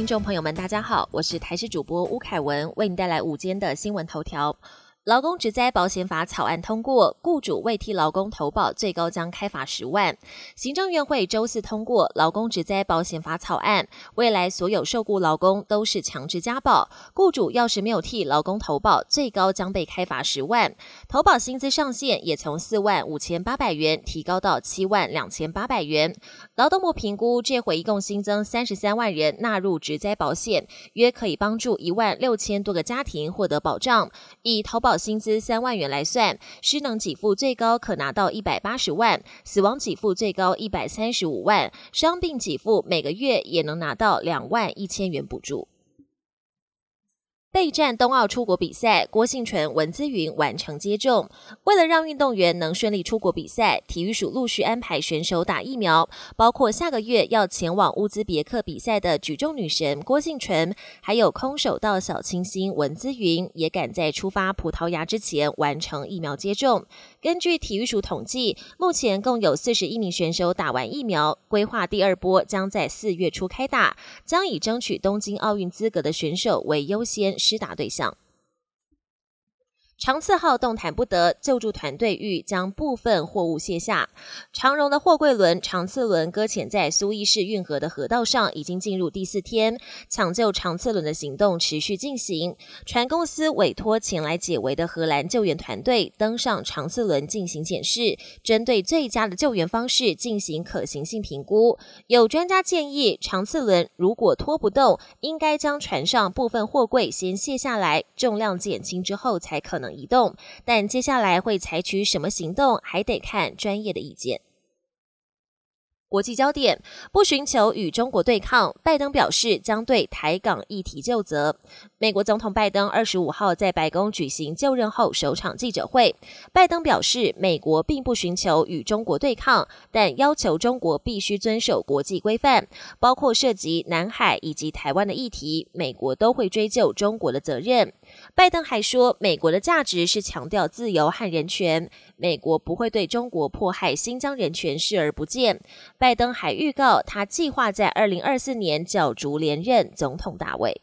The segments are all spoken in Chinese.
听众朋友们，大家好，我是台视主播吴凯文，为您带来午间的新闻头条。劳工职灾保险法草案通过，雇主未替劳工投保，最高将开罚10万。行政院会周四通过劳工职灾保险法草案，未来所有受雇劳工都是强制加保，雇主要是没有替劳工投保，最高将被开罚10万。投保薪资上限也从4万5800元提高到7万2800元。劳动部评估，这回一共新增33万人纳入职灾保险，约可以帮助1万6000多个家庭获得保障。以投保薪资3万元来算，失能给付最高可拿到180万，死亡给付最高135万，伤病给付每个月也能拿到2万1000元补助。备战冬奥出国比赛，郭婞淳、文姿云完成接种。为了让运动员能顺利出国比赛，体育署陆续安排选手打疫苗，包括下个月要前往乌兹别克比赛的举重女神郭婞淳，还有空手道小清新文姿云，也赶在出发葡萄牙之前完成疫苗接种。根据体育署统计，目前共有41名选手打完疫苗，规划第二波将在4月初开打，将以争取东京奥运资格的选手为优先施打对象。长次号动弹不得，救助团队欲将部分货物卸下。长荣的货柜轮长次轮搁浅在苏伊士运河的河道上，已经进入第4天，抢救长次轮的行动持续进行。船公司委托前来解围的荷兰救援团队登上长次轮进行检视，针对最佳的救援方式进行可行性评估。有专家建议，长次轮如果拖不动，应该将船上部分货柜先卸下来，重量减轻之后才可能移动，但接下来会采取什么行动，还得看专业的意见。国际焦点，不寻求与中国对抗，拜登表示将对台港议题就责。美国总统拜登25号在白宫举行就任后首场记者会，拜登表示美国并不寻求与中国对抗，但要求中国必须遵守国际规范，包括涉及南海以及台湾的议题，美国都会追究中国的责任。拜登还说，美国的价值是强调自由和人权，美国不会对中国迫害新疆人权视而不见。拜登还预告，他计划在2024年角逐连任总统大位。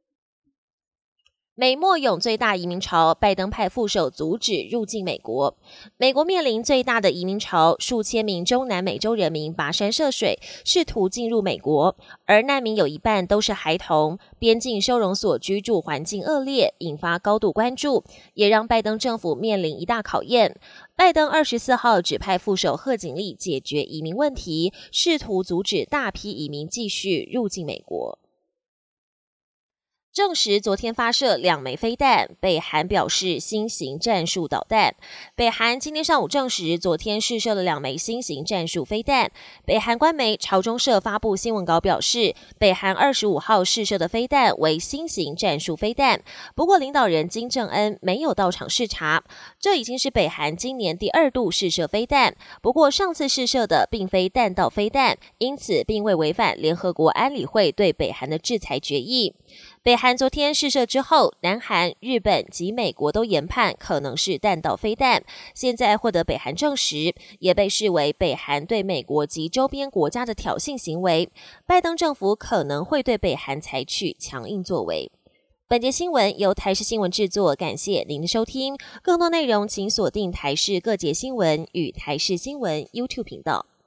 美墨涌最大移民潮，拜登派副手阻止入境美国。美国面临最大的移民潮，数千名中南美洲人民跋山涉水，试图进入美国，而难民有一半都是孩童，边境收容所居住环境恶劣，引发高度关注，也让拜登政府面临一大考验。拜登24号指派副手贺锦丽解决移民问题，试图阻止大批移民继续入境美国。证实昨天发射2枚飞弹，北韩表示新型战术导弹。北韩今天上午证实，昨天试射了2枚新型战术飞弹。北韩官媒朝中社发布新闻稿表示，北韩25号试射的飞弹为新型战术飞弹。不过，领导人金正恩没有到场视察。这已经是北韩今年第2度试射飞弹。不过，上次试射的并非弹道飞弹，因此并未违反联合国安理会对北韩的制裁决议。北韩昨天试射之后，南韩、日本及美国都研判可能是弹道飞弹，现在获得北韩证实，也被视为北韩对美国及周边国家的挑衅行为。拜登政府可能会对北韩采取强硬作为。本节新闻由台视新闻制作，感谢您的收听。更多内容请锁定台视各节新闻与台视新闻 YouTube 频道。